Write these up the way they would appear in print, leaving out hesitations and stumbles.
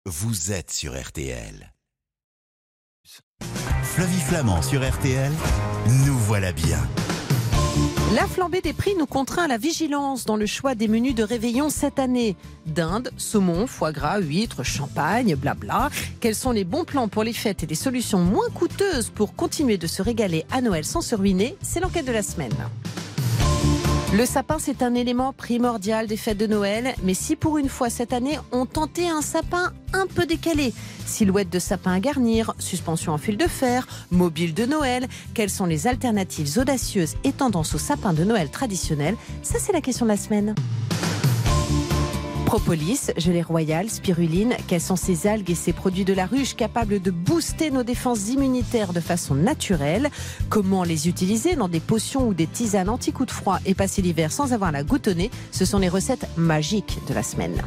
vous êtes sur RTL. Flavie Flamand sur RTL, nous voilà bien. La flambée des prix nous contraint à la vigilance dans le choix des menus de réveillon cette année. Dinde, saumon, foie gras, huîtres, champagne, blabla. Quels sont les bons plans pour les fêtes et des solutions moins coûteuses pour continuer de se régaler à Noël sans se ruiner? C'est l'enquête de la semaine. Le sapin, c'est un élément primordial des fêtes de Noël. Mais si pour une fois cette année, on tentait un sapin un peu décalé, silhouette de sapin à garnir, suspension en fil de fer, mobile de Noël, quelles sont les alternatives audacieuses et tendances au sapin de Noël traditionnel? Ça, c'est la question de la semaine. Propolis, gelée royale, spiruline, quelles sont ces algues et ces produits de la ruche capables de booster nos défenses immunitaires de façon naturelle? Comment les utiliser dans des potions ou des tisanes anti-coup de froid et passer l'hiver sans avoir la goutte au nez? Ce sont les recettes magiques de la semaine.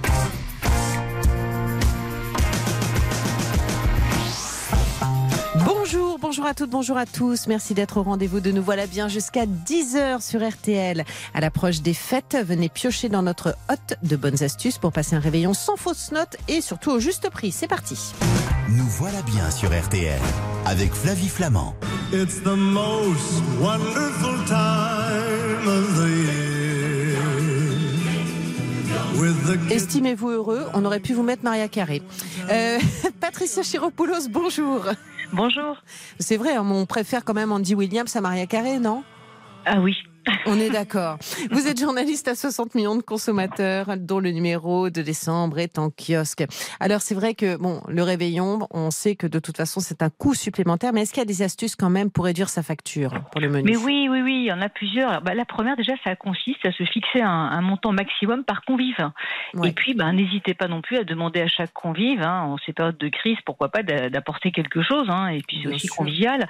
Bonjour à toutes, bonjour à tous. Merci d'être au rendez-vous de Nous Voilà Bien jusqu'à 10h sur RTL. À l'approche des fêtes, venez piocher dans notre hotte de bonnes astuces pour passer un réveillon sans fausse note et surtout au juste prix. C'est parti. Nous voilà bien sur RTL avec Flavie Flamand. It's the most wonderful time of the year. Estimez-vous heureux, on aurait pu vous mettre Maria Carré. Patricia Chiropoulos, bonjour. Bonjour. C'est vrai, on préfère quand même Andy Williams à Maria Carré, non? Ah oui. On est d'accord. Vous êtes journaliste à 60 millions de consommateurs, dont le numéro de décembre est en kiosque. Alors c'est vrai que le réveillon, on sait que de toute façon c'est un coût supplémentaire, mais est-ce qu'il y a des astuces quand même pour réduire sa facture pour le menu? Mais oui, il y en a plusieurs. Alors, la première déjà, ça consiste à se fixer un montant maximum par convive. Ouais. Et puis n'hésitez pas non plus à demander à chaque convive, en ces périodes de crise, pourquoi pas d'apporter quelque chose, et puis c'est aussi convivial.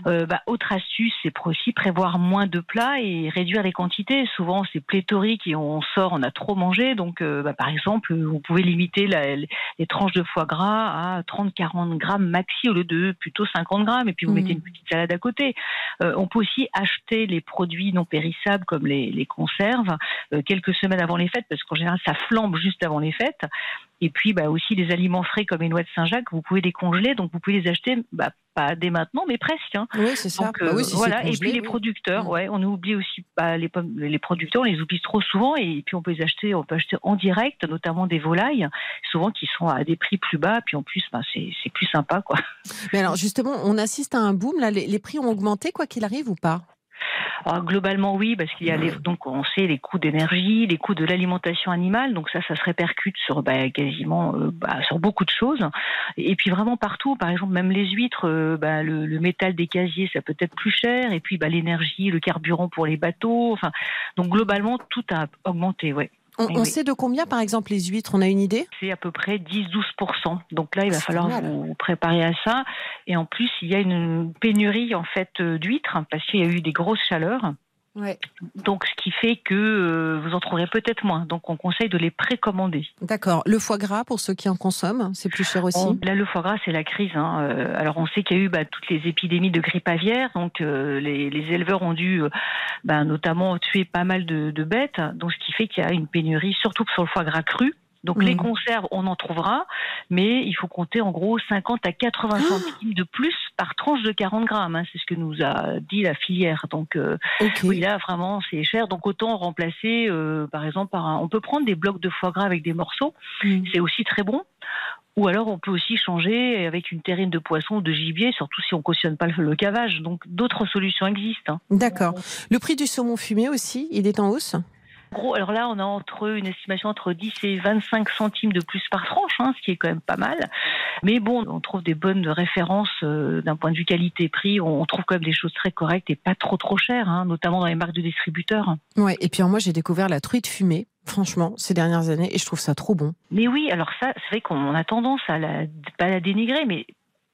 Autre astuce, c'est pour aussi prévoir moins de plats et réduire les quantités. Souvent c'est pléthorique et on a trop mangé, donc par exemple vous pouvez limiter les tranches de foie gras à 30-40 grammes maxi au lieu de plutôt 50 grammes, et puis vous mettez une petite salade à côté. On peut aussi acheter les produits non périssables comme les conserves quelques semaines avant les fêtes, parce qu'en général ça flambe juste avant les fêtes. Et puis aussi les aliments frais comme les noix de Saint-Jacques, vous pouvez les congeler, donc vous pouvez les acheter pas dès maintenant, mais presque. Oui, c'est ça. Donc, si voilà. congelé, et puis les producteurs, on oublie aussi les producteurs, on les oublie trop souvent, et puis on peut acheter en direct, notamment des volailles, souvent qui sont à des prix plus bas, puis en plus c'est plus sympa, quoi. Mais alors justement, on assiste à un boom là, les prix ont augmenté quoi qu'il arrive ou pas? Alors, globalement oui, parce qu'il y a donc on sait les coûts d'énergie, les coûts de l'alimentation animale, donc ça se répercute sur quasiment sur beaucoup de choses, et puis vraiment partout. Par exemple même les huîtres, le métal des casiers ça peut être plus cher, et puis l'énergie, le carburant pour les bateaux, donc globalement tout a augmenté, ouais. On sait de combien, par exemple, les huîtres, on a une idée? C'est à peu près 10-12%. Donc là, il va falloir vous préparer à ça. Et en plus, il y a une pénurie en fait d'huîtres, parce qu'il y a eu des grosses chaleurs. Ouais. Donc, ce qui fait que vous en trouverez peut-être moins. Donc, on conseille de les précommander. D'accord. Le foie gras, pour ceux qui en consomment, c'est plus cher aussi? Là, le foie gras, c'est la crise. Alors, on sait qu'il y a eu toutes les épidémies de grippe aviaire. Donc, les éleveurs ont dû notamment tuer pas mal de bêtes. Donc, ce qui fait qu'il y a une pénurie, surtout sur le foie gras cru. Donc les conserves, on en trouvera, mais il faut compter en gros 50 à 80 centimes de plus par tranche de 40 grammes. C'est ce que nous a dit la filière. Donc oui, là vraiment c'est cher. Donc autant remplacer, par exemple, on peut prendre des blocs de foie gras avec des morceaux. C'est aussi très bon. Ou alors on peut aussi changer avec une terrine de poisson ou de gibier, surtout si on cautionne pas le cavage. Donc d'autres solutions existent. D'accord. Le prix du saumon fumé aussi, il est en hausse? Gros, alors là, on a une estimation entre 10 et 25 centimes de plus par tranche, ce qui est quand même pas mal. Mais bon, on trouve des bonnes références d'un point de vue qualité-prix. On trouve quand même des choses très correctes et pas trop chères, notamment dans les marques de distributeurs. Ouais. Et puis moi, j'ai découvert la truite fumée, franchement, ces dernières années, et je trouve ça trop bon. Mais oui, alors ça, c'est vrai qu'on a tendance à pas la dénigrer, mais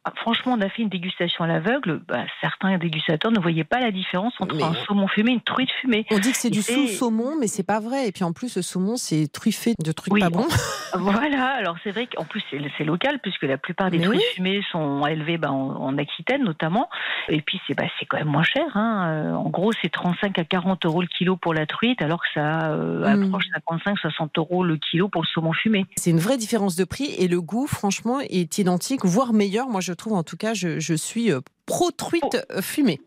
franchement, on a fait une dégustation à l'aveugle. Certains dégustateurs ne voyaient pas la différence entre un saumon fumé et une truite fumée. On dit que c'est du sous-saumon, mais c'est pas vrai. Et puis en plus, le saumon, c'est truffé de trucs pas bons. Voilà, alors c'est vrai qu'en plus, c'est local, puisque la plupart des truites fumées sont élevées en Aquitaine notamment. Et puis, c'est quand même moins cher. En gros, c'est 35 à 40 euros le kilo pour la truite, alors que ça approche 55-60 euros le kilo pour le saumon fumé. C'est une vraie différence de prix et le goût, franchement, est identique, voire meilleur. Moi, je trouve, en tout cas, je suis pro-truite fumée.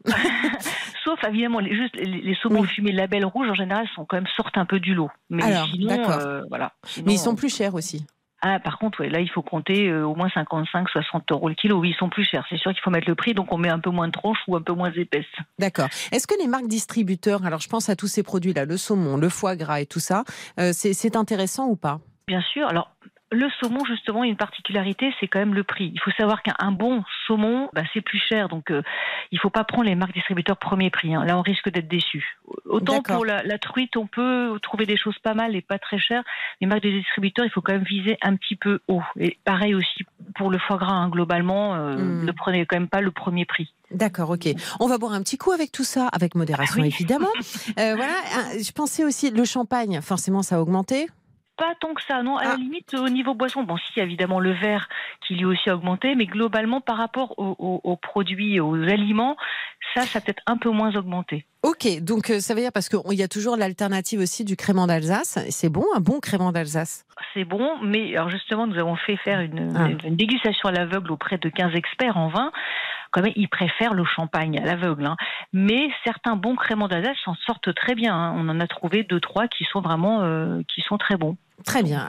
Sauf, évidemment, les saumons fumés label rouge, en général, sortent un peu du lot. Mais alors, sinon, d'accord. voilà. Sinon, mais ils sont plus chers aussi. Par contre, là, il faut compter au moins 55-60 euros le kilo. Oui, ils sont plus chers. C'est sûr qu'il faut mettre le prix, donc on met un peu moins de tranches ou un peu moins épaisse. D'accord. Est-ce que les marques distributeurs, alors je pense à tous ces produits-là, le saumon, le foie gras et tout ça, c'est intéressant ou pas ? Bien sûr. Alors, le saumon, justement, il y a une particularité, c'est quand même le prix. Il faut savoir qu'un bon saumon, c'est plus cher. Donc, il ne faut pas prendre les marques distributeurs premier prix. Là, on risque d'être déçu. Autant pour la truite, on peut trouver des choses pas mal et pas très chères. Les marques des distributeurs, il faut quand même viser un petit peu haut. Et pareil aussi pour le foie gras, globalement, ne prenez quand même pas le premier prix. D'accord, ok. On va boire un petit coup avec tout ça, avec modération évidemment. Voilà, je pensais aussi, le champagne, forcément ça a augmenté. Pas tant que ça, non. À la limite, au niveau boisson, si, évidemment, le verre qui lui aussi a augmenté, mais globalement, par rapport aux produits, aux aliments, ça a peut-être un peu moins augmenté. Ok, donc ça veut dire, parce qu'il y a toujours l'alternative aussi du crément d'Alsace. C'est bon, un bon crément d'Alsace? C'est bon, mais alors justement, nous avons fait faire une dégustation à l'aveugle auprès de 15 experts en vin. Quand même, ils préfèrent le champagne à l'aveugle. Mais certains bons créments d'Alsace s'en sortent très bien. On en a trouvé 2-3 qui sont vraiment qui sont très bons. Très bien.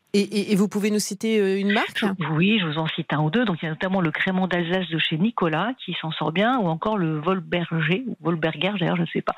Et vous pouvez nous citer une marque ? Oui, je vous en cite un ou deux. Donc, il y a notamment le crément d'Alsace de chez Nicolas qui s'en sort bien, ou encore le Wolberger, ou Wolberger, d'ailleurs, je ne sais pas,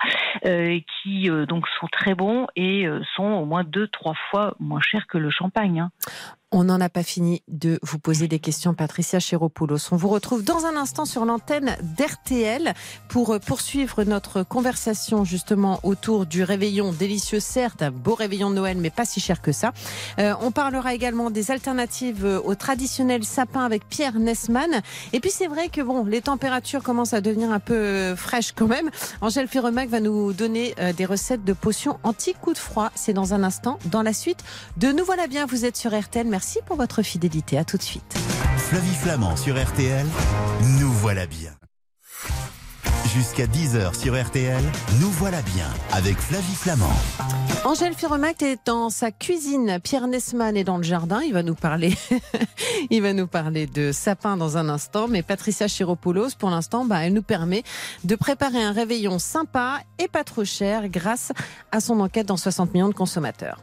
qui donc sont très bons et sont au moins 2-3 fois moins chers que le champagne. On n'en a pas fini de vous poser des questions, Patricia Chéropoulos. On vous retrouve dans un instant sur l'antenne d'RTL pour poursuivre notre conversation justement autour du réveillon délicieux, certes, un beau réveillon de Noël, mais pas si cher que ça. On parlera également des alternatives au traditionnel sapin avec Pierre Nesman. Et puis c'est vrai que les températures commencent à devenir un peu fraîches quand même. Angèle Ferremac va nous donner des recettes de potions anti-coup de froid. C'est dans un instant, dans la suite de Nous voilà bien, vous êtes sur RTL. Merci pour votre fidélité. À tout de suite. Flavie Flamand sur RTL. Nous voilà bien. Jusqu'à 10h sur RTL. Nous voilà bien avec Flavie Flamand. Angèle Ferremac est dans sa cuisine. Pierre Nesman est dans le jardin. Il va nous parler, de sapin dans un instant. Mais Patricia Chéropoulos, pour l'instant, elle nous permet de préparer un réveillon sympa et pas trop cher grâce à son enquête dans 60 millions de consommateurs.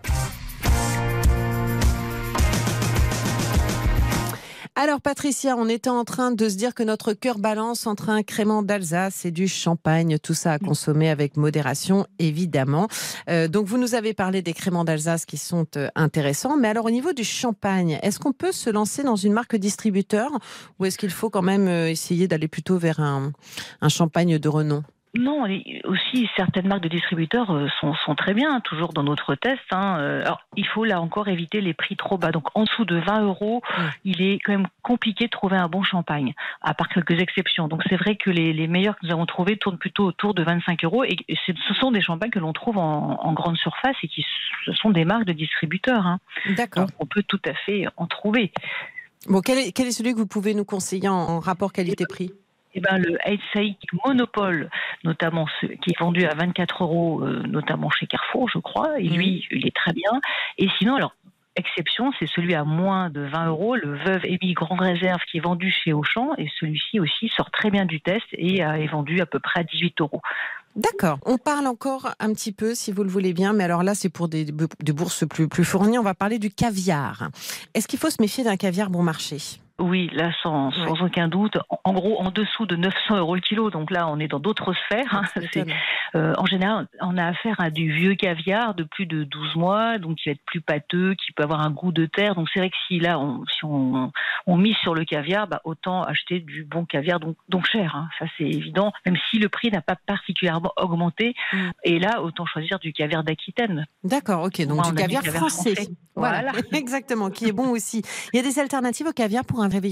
Alors Patricia, on était en train de se dire que notre cœur balance entre un crément d'Alsace et du champagne, tout ça à consommer avec modération évidemment. Donc vous nous avez parlé des créments d'Alsace qui sont intéressants, mais alors au niveau du champagne, est-ce qu'on peut se lancer dans une marque distributeur ou est-ce qu'il faut quand même essayer d'aller plutôt vers un champagne de renom ? Non, aussi certaines marques de distributeurs sont très bien, toujours dans notre test. Alors, il faut là encore éviter les prix trop bas. Donc en dessous de 20 €, il est quand même compliqué de trouver un bon champagne, à part quelques exceptions. Donc c'est vrai que les meilleurs que nous avons trouvés tournent plutôt autour de 25 € et ce sont des champagnes que l'on trouve en grande surface et ce sont des marques de distributeurs. D'accord. Donc on peut tout à fait en trouver. Bon, quel est celui que vous pouvez nous conseiller en rapport qualité-prix ? Le Heidseik Monopole, notamment qui est vendu à 24 €, notamment chez Carrefour, je crois. Et lui, il est très bien. Et sinon, alors, exception, c'est celui à moins de 20 €, le Veuve Émile Grande Réserve, qui est vendu chez Auchan. Et celui-ci aussi sort très bien du test et est vendu à peu près à 18 €. D'accord. On parle encore un petit peu, si vous le voulez bien, mais alors là, c'est pour des bourses plus fournies. On va parler du caviar. Est-ce qu'il faut se méfier d'un caviar bon marché ? Oui, là, sans aucun doute. En gros, en dessous de 900 € le kilo. Donc là, on est dans d'autres sphères. En général, on a affaire à du vieux caviar de plus de 12 mois, donc qui va être plus pâteux, qui peut avoir un goût de terre. Donc c'est vrai que si on mise sur le caviar, autant acheter du bon caviar, donc cher. Ça, c'est évident. Même si le prix n'a pas particulièrement augmenté. Et là, autant choisir du caviar d'Aquitaine. D'accord, ok. Donc du caviar français. Voilà. Exactement, qui est bon aussi. Il y a des alternatives au caviar pour un réveillon moins cher ?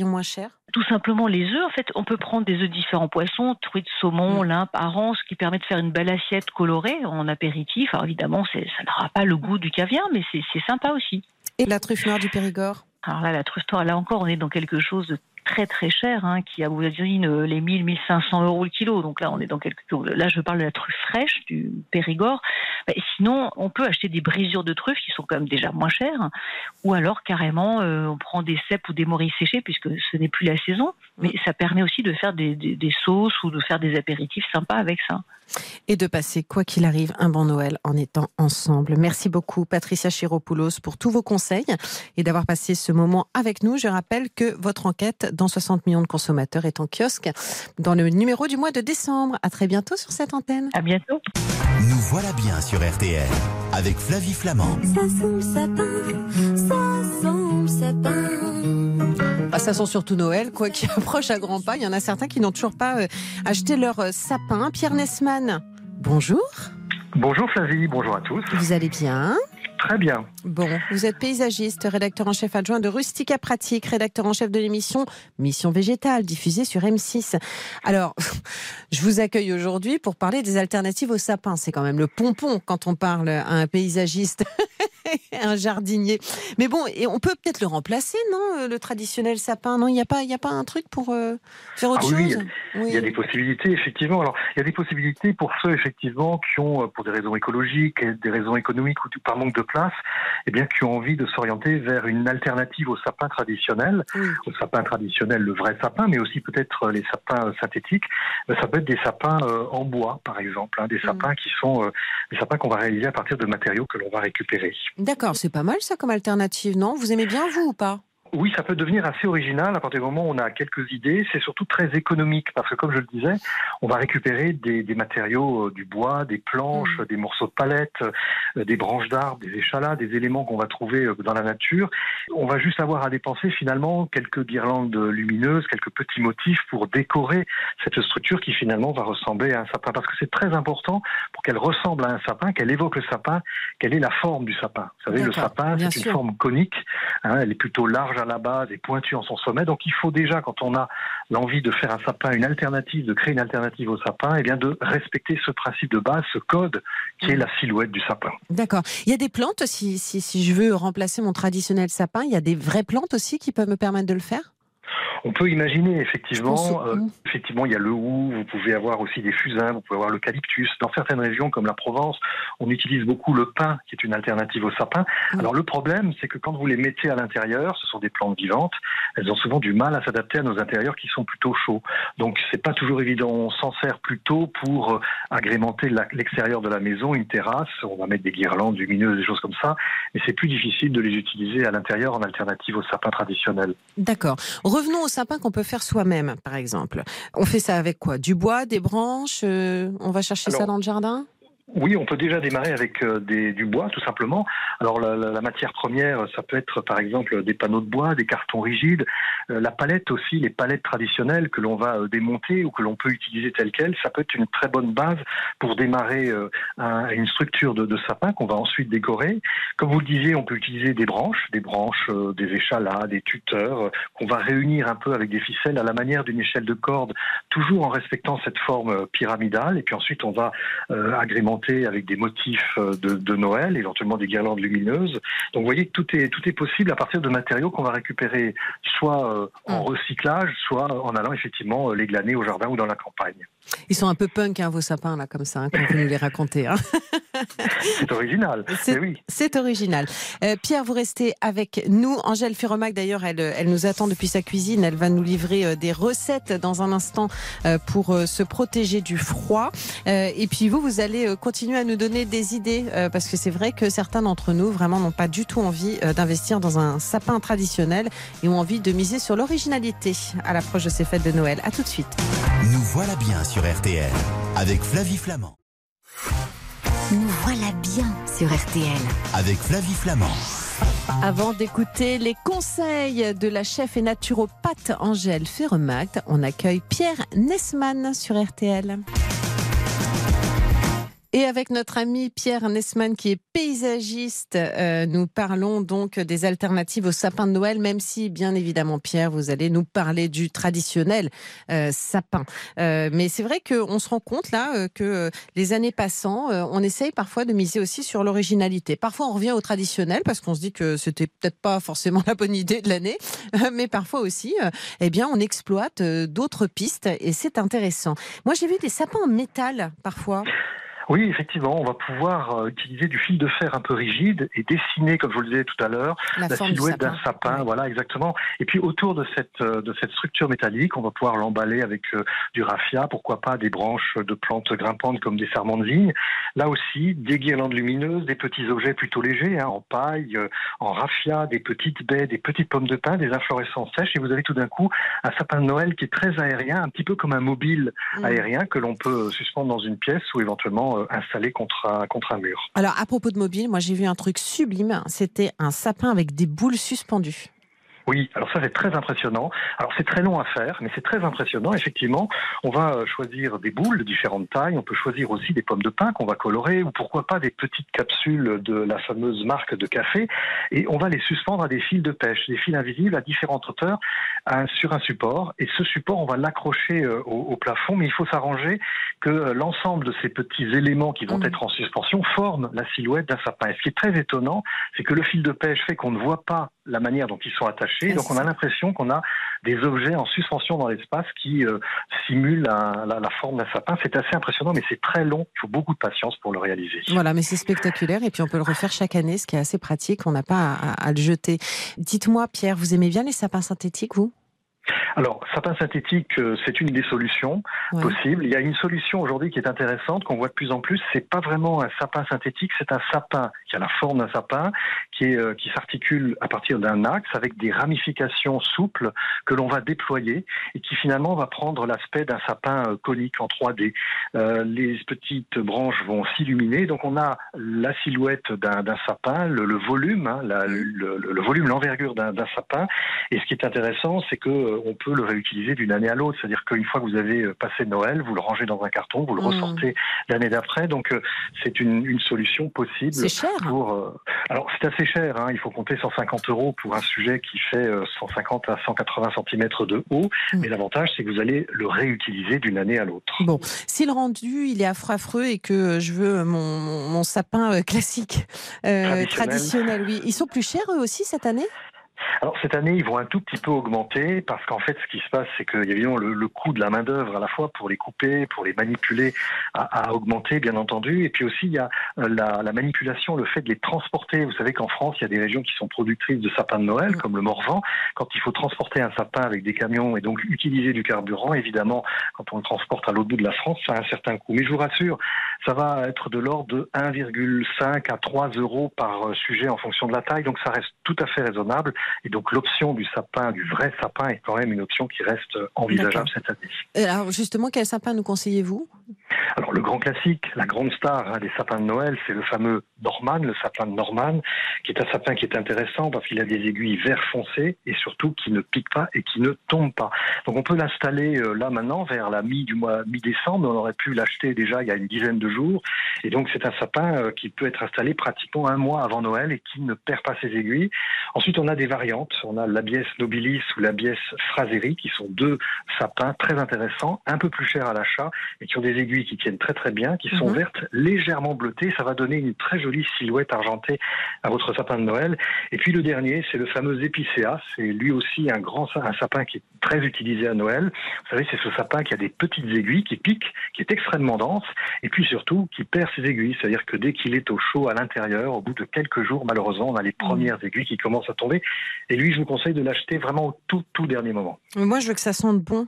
Tout simplement les œufs. En fait, on peut prendre des œufs de différents poissons, truites, saumon, limpes, harengs, ce qui permet de faire une belle assiette colorée en apéritif. Alors évidemment, ça n'aura pas le goût du caviar, mais c'est sympa aussi. Et la truffe noire du Périgord? Alors là, la truffe noire, là encore, on est dans quelque chose de très très cher, qui avoisine les 1 500 € le kilo. Donc là, on est dans quelque chose. Là, je parle de la truffe fraîche du Périgord. Sinon, on peut acheter des brisures de truffes qui sont quand même déjà moins chères, ou alors carrément, on prend des cèpes ou des morilles séchées puisque ce n'est plus la saison. Mais ça permet aussi de faire des sauces ou de faire des apéritifs sympas avec ça. Et de passer, quoi qu'il arrive, un bon Noël en étant ensemble. Merci beaucoup, Patricia Chiropoulos, pour tous vos conseils et d'avoir passé ce moment avec nous. Je rappelle que votre enquête dans 60 millions de consommateurs est en kiosque dans le numéro du mois de décembre. À très bientôt sur cette antenne. À bientôt. Nous voilà bien sur RTL avec Flavie Flamand. Ça sent le sapin, ça sent le sapin. Ça sent surtout Noël, quoi, qui approche à grands pas. Il y en a certains qui n'ont toujours pas acheté leur sapin. Pierre Nesman, bonjour. Bonjour Flavie, bonjour à tous. Vous allez bien ? Très bien. Bon, vous êtes paysagiste, rédacteur en chef adjoint de Rustica Pratique, rédacteur en chef de l'émission Mission Végétale, diffusée sur M6. Alors, je vous accueille aujourd'hui pour parler des alternatives au sapin. C'est quand même le pompon quand on parle à un paysagiste, un jardinier. Mais bon, et on peut peut-être le remplacer, non ? Le traditionnel sapin, non ? Il n'y a pas un truc pour faire autre chose ? Oui, il y a des possibilités, effectivement. Alors, il y a des possibilités pour ceux, effectivement, qui ont, pour des raisons écologiques, des raisons économiques ou par manque de place, qui ont envie de s'orienter vers une alternative au sapin traditionnel, au sapin traditionnel, le vrai sapin, mais aussi peut-être les sapins synthétiques. Ça peut être des sapins en bois, par exemple, des sapins qui sont des sapins qu'on va réaliser à partir de matériaux que l'on va récupérer. D'accord, c'est pas mal ça comme alternative, non ? Vous aimez bien, vous, ou pas ? Oui, ça peut devenir assez original à partir du moment où on a quelques idées. C'est surtout très économique parce que, comme je le disais, on va récupérer des matériaux, du bois, des planches, des morceaux de palette, des branches d'arbres, des échalas, des éléments qu'on va trouver dans la nature. On va juste avoir à dépenser finalement quelques guirlandes lumineuses, quelques petits motifs pour décorer cette structure qui finalement va ressembler à un sapin. Parce que c'est très important pour qu'elle ressemble à un sapin, qu'elle évoque le sapin, quelle est la forme du sapin. Vous savez, le sapin, c'est une forme conique, elle est plutôt large à la base et pointu en son sommet. Donc il faut déjà, quand on a l'envie de faire un sapin, une alternative, de créer une alternative au sapin, de respecter ce principe de base, ce code qui est la silhouette du sapin. D'accord. Il y a des plantes, si je veux remplacer mon traditionnel sapin, il y a des vraies plantes aussi qui peuvent me permettre de le faire ? On peut imaginer, effectivement, il y a le hou, vous pouvez avoir aussi des fusains, vous pouvez avoir l'eucalyptus. Dans certaines régions, comme la Provence, on utilise beaucoup le pin, qui est une alternative au sapin. Alors le problème, c'est que quand vous les mettez à l'intérieur, ce sont des plantes vivantes, elles ont souvent du mal à s'adapter à nos intérieurs qui sont plutôt chauds. Donc c'est pas toujours évident. On s'en sert plutôt pour agrémenter l'extérieur de la maison, une terrasse. On va mettre des guirlandes lumineuses, des choses comme ça. Mais c'est plus difficile de les utiliser à l'intérieur en alternative au sapin traditionnel. D'accord. Revenons au sapin qu'on peut faire soi-même, par exemple. On fait ça avec quoi ? Du bois, des branches on va chercher ça dans le jardin ? Oui, on peut déjà démarrer avec du bois, tout simplement. Alors, la matière première, ça peut être, par exemple, des panneaux de bois, des cartons rigides. La palette aussi, les palettes traditionnelles que l'on va démonter ou que l'on peut utiliser telles quelles, ça peut être une très bonne base pour démarrer une structure de sapin qu'on va ensuite décorer. Comme vous le disiez, on peut utiliser des branches, des échalas, des tuteurs, qu'on va réunir un peu avec des ficelles à la manière d'une échelle de corde, toujours en respectant cette forme pyramidale. Et puis ensuite, on va agrémenter avec des motifs de Noël, éventuellement des guirlandes lumineuses. Donc vous voyez que tout est possible à partir de matériaux qu'on va récupérer soit en recyclage, soit en allant effectivement les glaner au jardin ou dans la campagne. Ils sont un peu punk, vos sapins, là, comme ça, quand vous nous les racontez. C'est original. C'est original. Pierre, vous restez avec nous. Angèle Ferromac, d'ailleurs, elle nous attend depuis sa cuisine. Elle va nous livrer des recettes dans un instant pour se protéger du froid. Et puis vous allez continuer à nous donner des idées, parce que c'est vrai que certains d'entre nous, vraiment, n'ont pas du tout envie d'investir dans un sapin traditionnel et ont envie de miser sur l'originalité à l'approche de ces fêtes de Noël. À tout de suite. Nous voilà bien sur RTL avec Flavie Flamand. Nous voilà bien sur RTL avec Flavie Flamand. Avant d'écouter les conseils de la chef et naturopathe Angèle Ferromac, on accueille Pierre Nesman sur RTL. Et avec notre ami Pierre Nesman qui est paysagiste, nous parlons donc des alternatives au sapin de Noël, même si bien évidemment Pierre, vous allez nous parler du traditionnel sapin. Mais c'est vrai qu'on se rend compte là que les années passant, on essaye parfois de miser aussi sur l'originalité. Parfois on revient au traditionnel parce qu'on se dit que c'était peut-être pas forcément la bonne idée de l'année, mais parfois aussi, eh bien on exploite d'autres pistes et c'est intéressant. Moi j'ai vu des sapins en métal parfois. Oui, effectivement, on va pouvoir utiliser du fil de fer un peu rigide et dessiner, comme je vous le disais tout à l'heure, la silhouette d'un sapin. Oui. Voilà, exactement. Et puis autour de cette structure métallique, on va pouvoir l'emballer avec du raffia, pourquoi pas des branches de plantes grimpantes comme des sarments de vigne. Là aussi, des guirlandes lumineuses, des petits objets plutôt légers, en paille, en raffia, des petites baies, des petites pommes de pin, des inflorescences sèches. Et vous avez tout d'un coup un sapin de Noël qui est très aérien, un petit peu comme un mobile aérien que l'on peut suspendre dans une pièce ou éventuellement installé contre un mur. Alors, à propos de mobile, moi j'ai vu un truc sublime. C'était un sapin avec des boules suspendues. Oui, alors ça c'est très impressionnant. Alors c'est très long à faire, mais c'est très impressionnant. Effectivement, on va choisir des boules de différentes tailles. On peut choisir aussi des pommes de pin qu'on va colorer, ou pourquoi pas des petites capsules de la fameuse marque de café. Et on va les suspendre à des fils de pêche, des fils invisibles à différentes hauteurs sur un support. Et ce support, on va l'accrocher au plafond, mais il faut s'arranger que l'ensemble de ces petits éléments qui vont être en suspension forment la silhouette d'un sapin. Et ce qui est très étonnant, c'est que le fil de pêche fait qu'on ne voit pas la manière dont ils sont attachés. Donc on a l'impression qu'on a des objets en suspension dans l'espace qui simulent la forme d'un sapin. C'est assez impressionnant, mais c'est très long. Il faut beaucoup de patience pour le réaliser. Voilà, mais c'est spectaculaire et puis on peut le refaire chaque année, ce qui est assez pratique. On n'a pas à le jeter. Dites-moi, Pierre, vous aimez bien les sapins synthétiques, vous ? Alors, sapin synthétique, c'est une des solutions possibles. Il y a une solution aujourd'hui qui est intéressante, qu'on voit de plus en plus. C'est pas vraiment un sapin synthétique, c'est un sapin qui a la forme d'un sapin, qui s'articule à partir d'un axe avec des ramifications souples que l'on va déployer et qui finalement va prendre l'aspect d'un sapin conique en 3D. Les petites branches vont s'illuminer, donc on a la silhouette d'un sapin, le volume, le volume, l'envergure d'un sapin. Et ce qui est intéressant, c'est que on peut le réutiliser d'une année à l'autre. C'est-à-dire qu'une fois que vous avez passé Noël, vous le rangez dans un carton, vous le ressortez l'année d'après. Donc c'est une solution possible. C'est cher. Alors c'est assez cher. Il faut compter 150 € pour un sujet qui fait 150 à 180 cm de haut. Mais l'avantage, c'est que vous allez le réutiliser d'une année à l'autre. Bon, si le rendu il est affreux et que je veux mon sapin classique, traditionnel, oui. Ils sont plus chers eux aussi cette année ? Alors cette année, ils vont un tout petit peu augmenter parce qu'en fait, ce qui se passe, c'est qu'il y a évidemment le coût de la main-d'œuvre à la fois pour les couper, pour les manipuler, a augmenté, bien entendu. Et puis aussi, il y a la manipulation, le fait de les transporter. Vous savez qu'en France, il y a des régions qui sont productrices de sapins de Noël, comme le Morvan. Quand il faut transporter un sapin avec des camions et donc utiliser du carburant, évidemment, quand on le transporte à l'autre bout de la France, ça a un certain coût. Mais je vous rassure, ça va être de l'ordre de 1,5 à 3 € par sujet en fonction de la taille. Donc ça reste tout à fait raisonnable. Et donc l'option du sapin, du vrai sapin, est quand même une option qui reste envisageable cette année. Alors justement, quel sapin nous conseillez-vous ? Alors le grand classique, la grande star des sapins de Noël, c'est le fameux Norman, le sapin de Norman, qui est un sapin qui est intéressant parce qu'il a des aiguilles vert foncé et surtout qui ne pique pas et qui ne tombe pas. Donc on peut l'installer là maintenant vers la mi-décembre. On aurait pu l'acheter déjà il y a une dizaine de jours. Et donc c'est un sapin qui peut être installé pratiquement un mois avant Noël et qui ne perd pas ses aiguilles. Ensuite on a des variantes. On a l'Abies nobilis ou l'Abies fraseri qui sont deux sapins très intéressants, un peu plus chers à l'achat et qui ont des aiguilles qui tiennent très très bien, qui sont vertes, légèrement bleutées. Ça va donner une très jolie silhouette argentée à votre sapin de Noël. Et puis le dernier, c'est le fameux épicéa. C'est lui aussi un sapin qui est très utilisé à Noël. Vous savez, c'est ce sapin qui a des petites aiguilles, qui pique, qui est extrêmement dense, et puis surtout qui perd ses aiguilles. C'est-à-dire que dès qu'il est au chaud à l'intérieur, au bout de quelques jours, malheureusement, on a les premières aiguilles qui commencent à tomber. Et lui, je vous conseille de l'acheter vraiment au tout dernier moment. Mais moi, je veux que ça sente bon.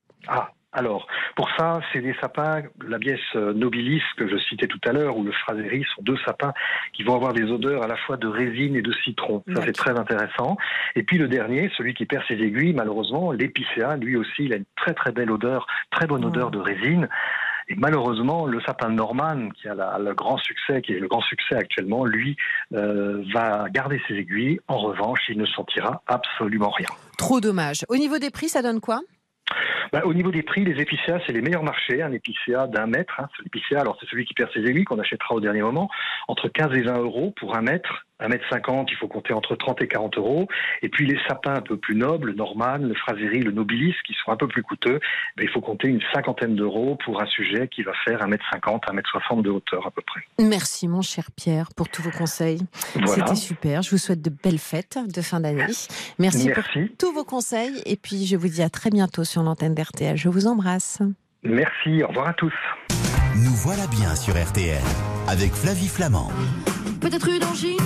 Alors, pour ça, c'est des sapins, l'Abies nobilis que je citais tout à l'heure, ou le fraseri, sont deux sapins qui vont avoir des odeurs à la fois de résine et de citron. Ça, c'est très intéressant. Et puis le dernier, celui qui perd ses aiguilles, malheureusement, l'épicéa, lui aussi, il a une très très belle odeur, très bonne odeur de résine. Et malheureusement, le sapin de Norman, qui a le grand succès, qui est le grand succès actuellement, lui, va garder ses aiguilles. En revanche, il ne sentira absolument rien. Trop dommage. Au niveau des prix, ça donne quoi ? Au niveau des prix, les épicéas, c'est les meilleurs marchés. Un épicéa d'1 mètre, l'épicéa, alors c'est celui qui perd ses aiguilles qu'on achètera au dernier moment, entre 15 et 20 euros pour 1 mètre. 1,50 m, il faut compter entre 30 et 40 euros. Et puis les sapins un peu plus nobles, le Norman, le Frasérie, le Nobilis, qui sont un peu plus coûteux, il faut compter une 50aine d'euros pour un sujet qui va faire 1,50 m, 1,60 m de hauteur à peu près. Merci mon cher Pierre pour tous vos conseils. Voilà. C'était super. Je vous souhaite de belles fêtes de fin d'année. Merci pour tous vos conseils. Et puis je vous dis à très bientôt sur l'antenne d'RTL. Je vous embrasse. Merci, au revoir à tous. Nous voilà bien sur RTL avec Flavie Flamand. Peut-être une angine.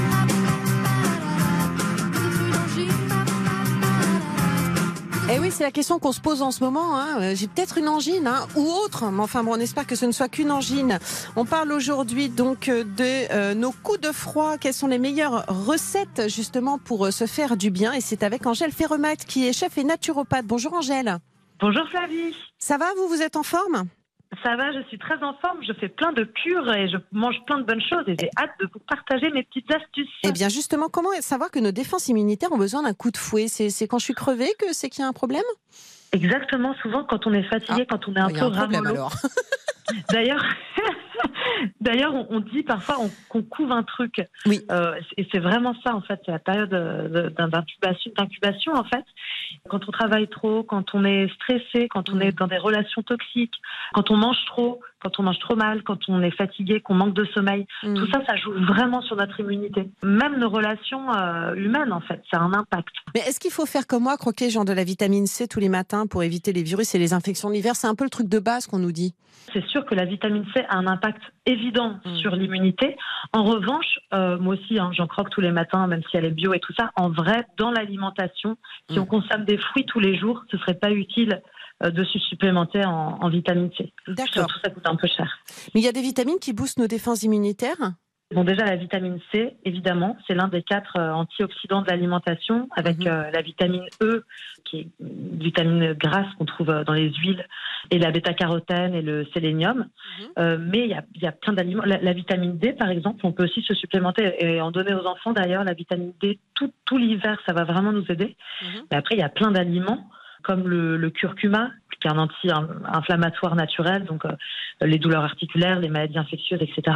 Eh oui, c'est la question qu'on se pose en ce moment. J'ai peut-être une angine ou autre. Mais enfin bon, on espère que ce ne soit qu'une angine. On parle aujourd'hui donc de nos coups de froid. Quelles sont les meilleures recettes justement pour se faire du bien? Et c'est avec Angèle Ferremact qui est chef et naturopathe. Bonjour Angèle. Bonjour Flavie. Ça va, vous êtes en forme? Ça va, je suis très en forme, je fais plein de cures et je mange plein de bonnes choses et j'ai hâte de vous partager mes petites astuces. Eh bien justement, comment savoir que nos défenses immunitaires ont besoin d'un coup de fouet? C'est quand je suis crevée que c'est qu'il y a un problème? Exactement, souvent quand on est fatigué, quand on est un peu ramollo. D'ailleurs, on dit parfois qu'on couve un truc. Oui. Et c'est vraiment ça, en fait. C'est la période d'incubation, en fait. Quand on travaille trop, quand on est stressé, quand on est dans des relations toxiques, quand on mange trop mal, quand on est fatigué, qu'on manque de sommeil, tout ça, ça joue vraiment sur notre immunité. Même nos relations humaines, en fait, ça a un impact. Mais est-ce qu'il faut faire comme moi, croquer genre de la vitamine C tous les matins pour éviter les virus et les infections de l'hiver? C'est un peu le truc de base qu'on nous dit. C'est sûr que la vitamine C a un impact évident sur l'immunité. En revanche, moi aussi, j'en croque tous les matins, même si elle est bio et tout ça. En vrai, dans l'alimentation, si on consomme des fruits tous les jours, ce serait pas utile de se supplémenter en vitamine C. D'accord. Surtout, ça coûte un peu cher. Mais il y a des vitamines qui boostent nos défenses immunitaires? Bon, déjà, la vitamine C, évidemment, c'est l'un des 4 antioxydants de l'alimentation, avec la vitamine E, qui est une vitamine grasse qu'on trouve dans les huiles, et la bêta-carotène et le sélénium. Mais il y a plein d'aliments. La vitamine D, par exemple, on peut aussi se supplémenter et en donner aux enfants. D'ailleurs, la vitamine D, tout l'hiver, ça va vraiment nous aider. Mais après, il y a plein d'aliments, comme le curcuma, qui est un anti-inflammatoire naturel, donc les douleurs articulaires, les maladies infectieuses, etc.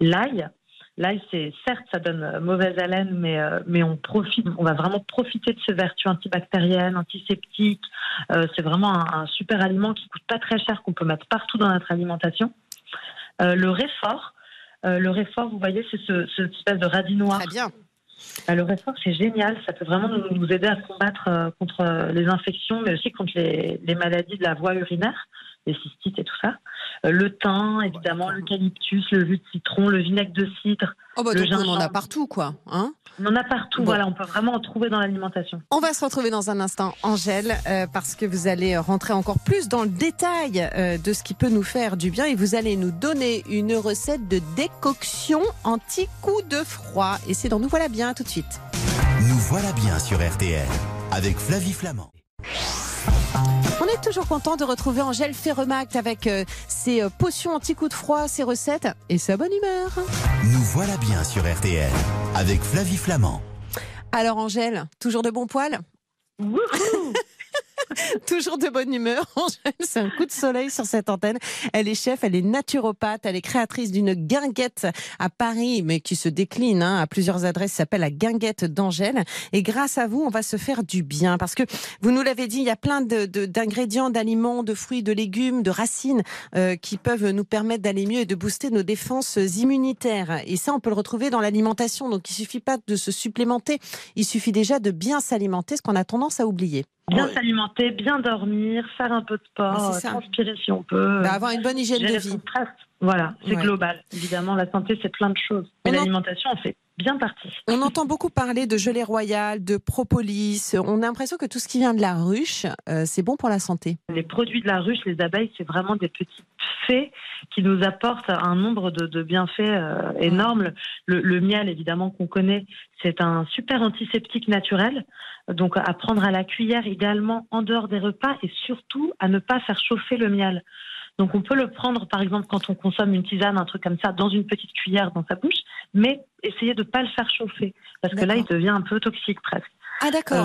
L'ail, certes, ça donne mauvaise haleine, mais on va vraiment profiter de ses vertus antibactériennes, antiseptiques. C'est vraiment un super aliment qui coûte pas très cher, qu'on peut mettre partout dans notre alimentation. Le réfort, vous voyez, c'est cette espèce de radis noir. Très bien. Le réfort, c'est génial. Ça peut vraiment nous aider à combattre contre les infections, mais aussi contre les maladies de la voie urinaire, les cystites et tout ça. Le thym, évidemment, l'eucalyptus, le jus de citron, le vinaigre de cidre. Donc on en a partout, quoi. On en a partout, voilà, on peut vraiment en trouver dans l'alimentation. On va se retrouver dans un instant, Angèle, parce que vous allez rentrer encore plus dans le détail de ce qui peut nous faire du bien et vous allez nous donner une recette de décoction anti-coup de froid. Et c'est dans Nous voilà bien, tout de suite. Nous voilà bien sur RTL avec Flavie Flamand. On est toujours content de retrouver Angèle Ferremact avec ses potions anti-coup de froid, ses recettes et sa bonne humeur. Nous voilà bien sur RTL avec Flavie Flamand. Alors Angèle, toujours de bon poil? Wouhou! Toujours de bonne humeur, Angèle, c'est un coup de soleil sur cette antenne. Elle est chef, elle est naturopathe, elle est créatrice d'une guinguette à Paris, mais qui se décline à plusieurs adresses, s'appelle la guinguette d'Angèle. Et grâce à vous, on va se faire du bien, parce que vous nous l'avez dit, il y a plein d'ingrédients, d'aliments, de fruits, de légumes, de racines qui peuvent nous permettre d'aller mieux et de booster nos défenses immunitaires. Et ça, on peut le retrouver dans l'alimentation. Donc, il suffit pas de se supplémenter, il suffit déjà de bien s'alimenter, ce qu'on a tendance à oublier. Bien s'alimenter, bien dormir, faire un peu de sport, transpirer si on peut. Avoir une bonne hygiène de vie. Voilà, c'est global. Évidemment, la santé, c'est plein de choses. Mais l'alimentation, en fait bien partie. On entend beaucoup parler de gelée royale, de propolis. On a l'impression que tout ce qui vient de la ruche, c'est bon pour la santé. Les produits de la ruche, les abeilles, c'est vraiment des petites fées qui nous apportent un nombre de bienfaits énormes. Le miel, évidemment, qu'on connaît, c'est un super antiseptique naturel. Donc, à prendre à la cuillère également en dehors des repas et surtout à ne pas faire chauffer le miel. Donc, on peut le prendre, par exemple, quand on consomme une tisane, un truc comme ça, dans une petite cuillère dans sa bouche, mais essayer de ne pas le faire chauffer, parce que là, il devient un peu toxique presque. Ah, d'accord.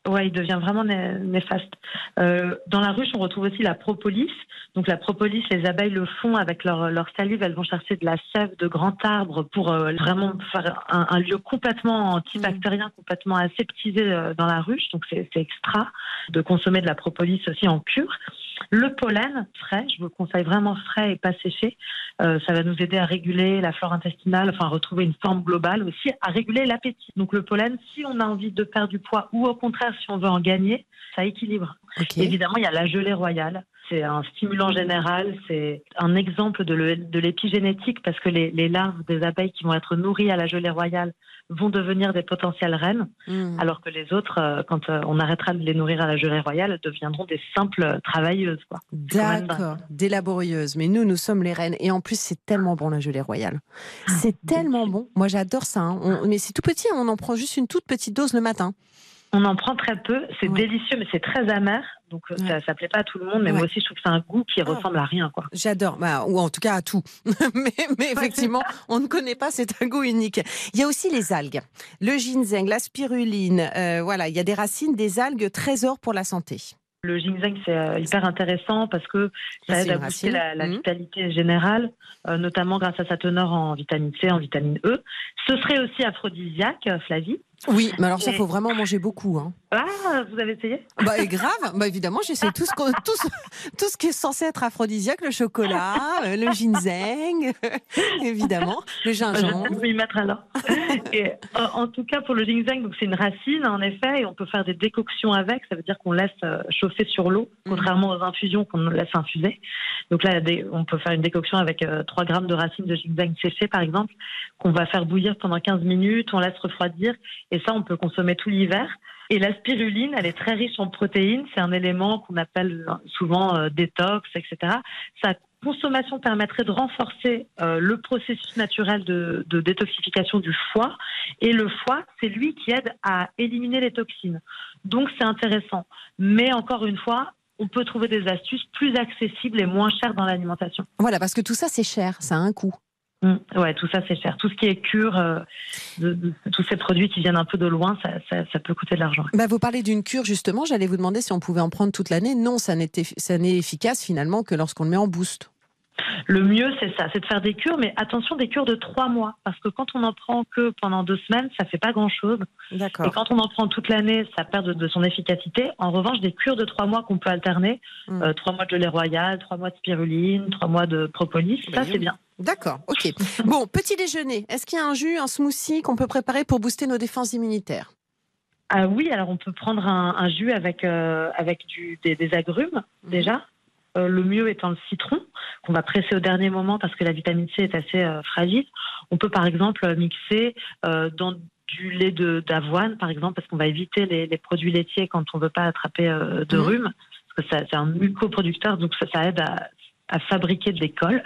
Ouais, il devient vraiment néfaste. Dans la ruche, on retrouve aussi la propolis. Donc la propolis, les abeilles le font avec leur salive. Elles vont chercher de la sève de grand arbre pour vraiment faire un lieu complètement antibactérien, complètement aseptisé dans la ruche. Donc c'est extra de consommer de la propolis aussi en cure. Le pollen frais, je vous le conseille vraiment frais et pas séché. Ça va nous aider à réguler la flore intestinale, enfin à retrouver une forme globale aussi, à réguler l'appétit. Donc le pollen, si on a envie de perdre du poids ou au contraire si on veut en gagner, ça équilibre. Okay. Évidemment, il y a la gelée royale. C'est un stimulant général, c'est un exemple de l'épigénétique parce que les larves des abeilles qui vont être nourries à la gelée royale vont devenir des potentielles reines, alors que les autres, quand on arrêtera de les nourrir à la gelée royale, deviendront des simples travailleuses, quoi. D'accord, des laborieuses. Mais nous sommes les reines. Et en plus, c'est tellement bon la gelée royale. C'est tellement bon. Moi, j'adore ça. Hein. Mais c'est tout petit, on en prend juste une toute petite dose le matin. On en prend très peu, c'est délicieux, mais c'est très amer. Donc ça plaît pas à tout le monde, mais moi aussi je trouve que c'est un goût qui ressemble à rien, quoi. J'adore, ou en tout cas à tout. mais effectivement, on ne connaît pas, c'est un goût unique. Il y a aussi les algues, le ginseng, la spiruline. Voilà, il y a des racines des algues trésors pour la santé. Le ginseng, c'est hyper intéressant parce que ça aide à booster la vitalité générale, notamment grâce à sa teneur en vitamine C, en vitamine E. Ce serait aussi aphrodisiaque, Flavie. Oui, mais alors ça, il faut vraiment manger beaucoup. Hein. Ah, vous avez essayé ? Et grave, évidemment, j'essaie tout ce qui est censé être aphrodisiaque, le chocolat, le ginseng, évidemment, le gingembre. Je vais y mettre alors. Et, en tout cas, pour le ginseng, donc c'est une racine, en effet, et on peut faire des décoctions avec, ça veut dire qu'on laisse chauffer sur l'eau, contrairement aux infusions qu'on laisse infuser. Donc là, on peut faire une décoction avec 3 grammes de racines de ginseng séchées, par exemple, qu'on va faire bouillir pendant 15 minutes, on laisse refroidir, et ça, on peut consommer tout l'hiver. Et la spiruline, elle est très riche en protéines. C'est un élément qu'on appelle souvent détox, etc. Sa consommation permettrait de renforcer le processus naturel de détoxification du foie. Et le foie, c'est lui qui aide à éliminer les toxines. Donc, c'est intéressant. Mais encore une fois, on peut trouver des astuces plus accessibles et moins chères dans l'alimentation. Voilà, parce que tout ça, c'est cher. Ça a un coût. Ouais, tout ça c'est cher. Tout ce qui est cure, tous ces produits qui viennent un peu de loin, ça peut coûter de l'argent. Vous parlez d'une cure justement, j'allais vous demander si on pouvait en prendre toute l'année. Non, ça n'est efficace finalement que lorsqu'on le met en boost. Le mieux, c'est ça, c'est de faire des cures, mais attention, des cures de 3 mois, parce que quand on n'en prend que pendant 2 semaines, ça fait pas grand-chose. D'accord. Et quand on en prend toute l'année, ça perd de son efficacité. En revanche, des cures de 3 mois qu'on peut alterner, 3 mois de gelée royale, 3 mois de spiruline, 3 mois de propolis, ça c'est bien. D'accord, ok. Bon, petit déjeuner, est-ce qu'il y a un jus, un smoothie qu'on peut préparer pour booster nos défenses immunitaires ? Ah oui, alors on peut prendre un jus avec des agrumes, déjà. Le mieux étant le citron, qu'on va presser au dernier moment parce que la vitamine C est assez fragile. On peut par exemple mixer dans du lait d'avoine, par exemple, parce qu'on va éviter les produits laitiers quand on ne veut pas attraper de rhume, parce que c'est un mucoproducteur, donc ça aide à fabriquer des cols.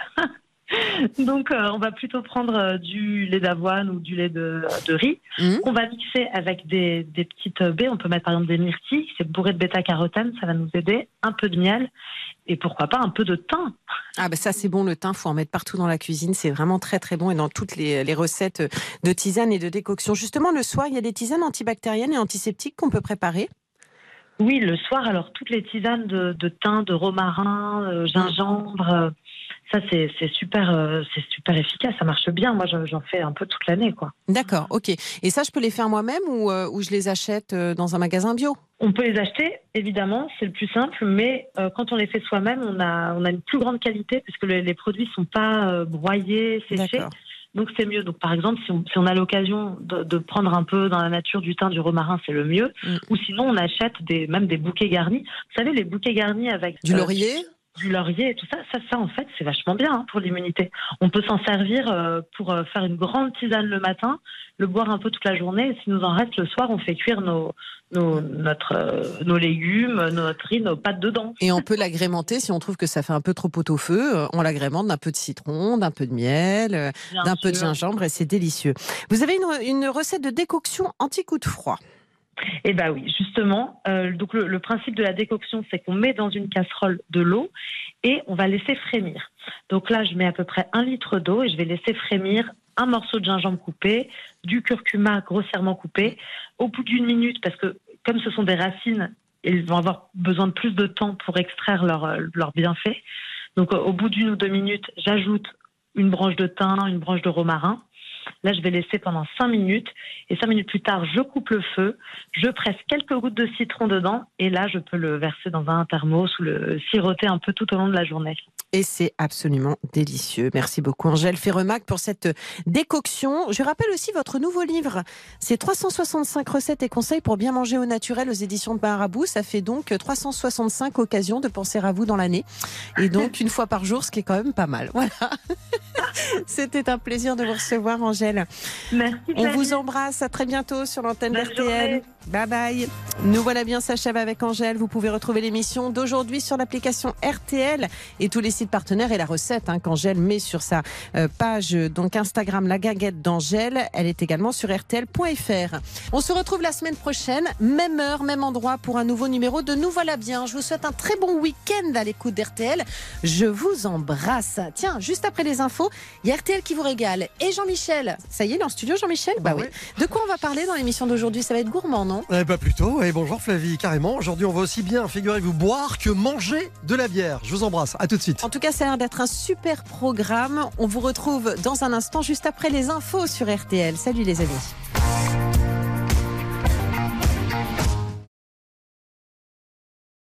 Donc, on va plutôt prendre du lait d'avoine ou du lait de riz. On va mixer avec des petites baies. On peut mettre par exemple des myrtilles, c'est bourré de bêta-carotène, ça va nous aider. Un peu de miel et pourquoi pas un peu de thym. Ah ça c'est bon, le thym, faut en mettre partout dans la cuisine, c'est vraiment très très bon et dans toutes les recettes de tisanes et de décoctions. Justement, le soir, il y a des tisanes antibactériennes et antiseptiques qu'on peut préparer. Oui, le soir, alors toutes les tisanes de thym, de romarin, gingembre... Ça, c'est super efficace, ça marche bien. Moi, j'en fais un peu toute l'année, quoi. D'accord, ok. Et ça, je peux les faire moi-même ou je les achète dans un magasin bio ? On peut les acheter, évidemment, c'est le plus simple, mais quand on les fait soi-même, on a une plus grande qualité parce que les produits ne sont pas broyés, séchés. D'accord. Donc, c'est mieux. Donc, par exemple, si on a l'occasion de prendre un peu dans la nature du thym, du romarin, c'est le mieux. Ou sinon, on achète même des bouquets garnis. Vous savez, les bouquets garnis avec... Du laurier ? Du laurier et tout ça, en fait, c'est vachement bien pour l'immunité. On peut s'en servir pour faire une grande tisane le matin, le boire un peu toute la journée, et si nous en reste le soir, on fait cuire nos légumes, notre riz, nos pâtes dedans. Et on peut l'agrémenter, si on trouve que ça fait un peu trop pot-au-feu, on l'agrémente d'un peu de citron, d'un peu de miel, d'un peu de gingembre, et c'est délicieux. Vous avez une recette de décoction anti-coup de froid. Eh bien oui, justement, donc le principe de la décoction, c'est qu'on met dans une casserole de l'eau et on va laisser frémir. Donc là, je mets à peu près 1 litre d'eau et je vais laisser frémir un morceau de gingembre coupé, du curcuma grossièrement coupé. Au bout d'1 minute, parce que comme ce sont des racines, ils vont avoir besoin de plus de temps pour extraire leurs bienfaits. Donc au bout d'1 ou 2 minutes, j'ajoute une branche de thym, une branche de romarin. Là, je vais laisser pendant 5 minutes. Et 5 minutes plus tard, je coupe le feu. Je presse quelques gouttes de citron dedans. Et là, je peux le verser dans un thermos ou le siroter un peu tout au long de la journée. Et c'est absolument délicieux. Merci beaucoup Angèle Ferremac pour cette décoction. Je rappelle aussi votre nouveau livre. C'est 365 recettes et conseils pour bien manger au naturel aux éditions de Pain à Bout. Ça fait donc 365 occasions de penser à vous dans l'année. Et donc une fois par jour, ce qui est quand même pas mal. Voilà. C'était un plaisir de vous recevoir Angèle. Merci. On vous embrasse. À très bientôt sur l'antenne d'RTL. Bye bye. Nous voilà bien, s'achève avec Angèle. Vous pouvez retrouver l'émission d'aujourd'hui sur l'application RTL et tous les sites partenaires et la recette qu'Angèle met sur sa page donc Instagram La Guinguette d'Angèle. Elle est également sur rtl.fr. On se retrouve la semaine prochaine, même heure, même endroit pour un nouveau numéro de Nous voilà bien. Je vous souhaite un très bon week-end à l'écoute d'RTL. Je vous embrasse. Tiens, juste après les infos, il y a RTL qui vous régale. Et Jean-Michel, ça y est, il est en studio Jean-Michel ? Bah oui. De quoi on va parler dans l'émission d'aujourd'hui ? Ça va être gourmand, non ? Plutôt, bonjour Flavie, carrément. Aujourd'hui, on va aussi bien, figurez-vous, boire que manger de la bière. Je vous embrasse, à tout de suite. En tout cas, ça a l'air d'être un super programme. On vous retrouve dans un instant, juste après les infos sur RTL. Salut les amis.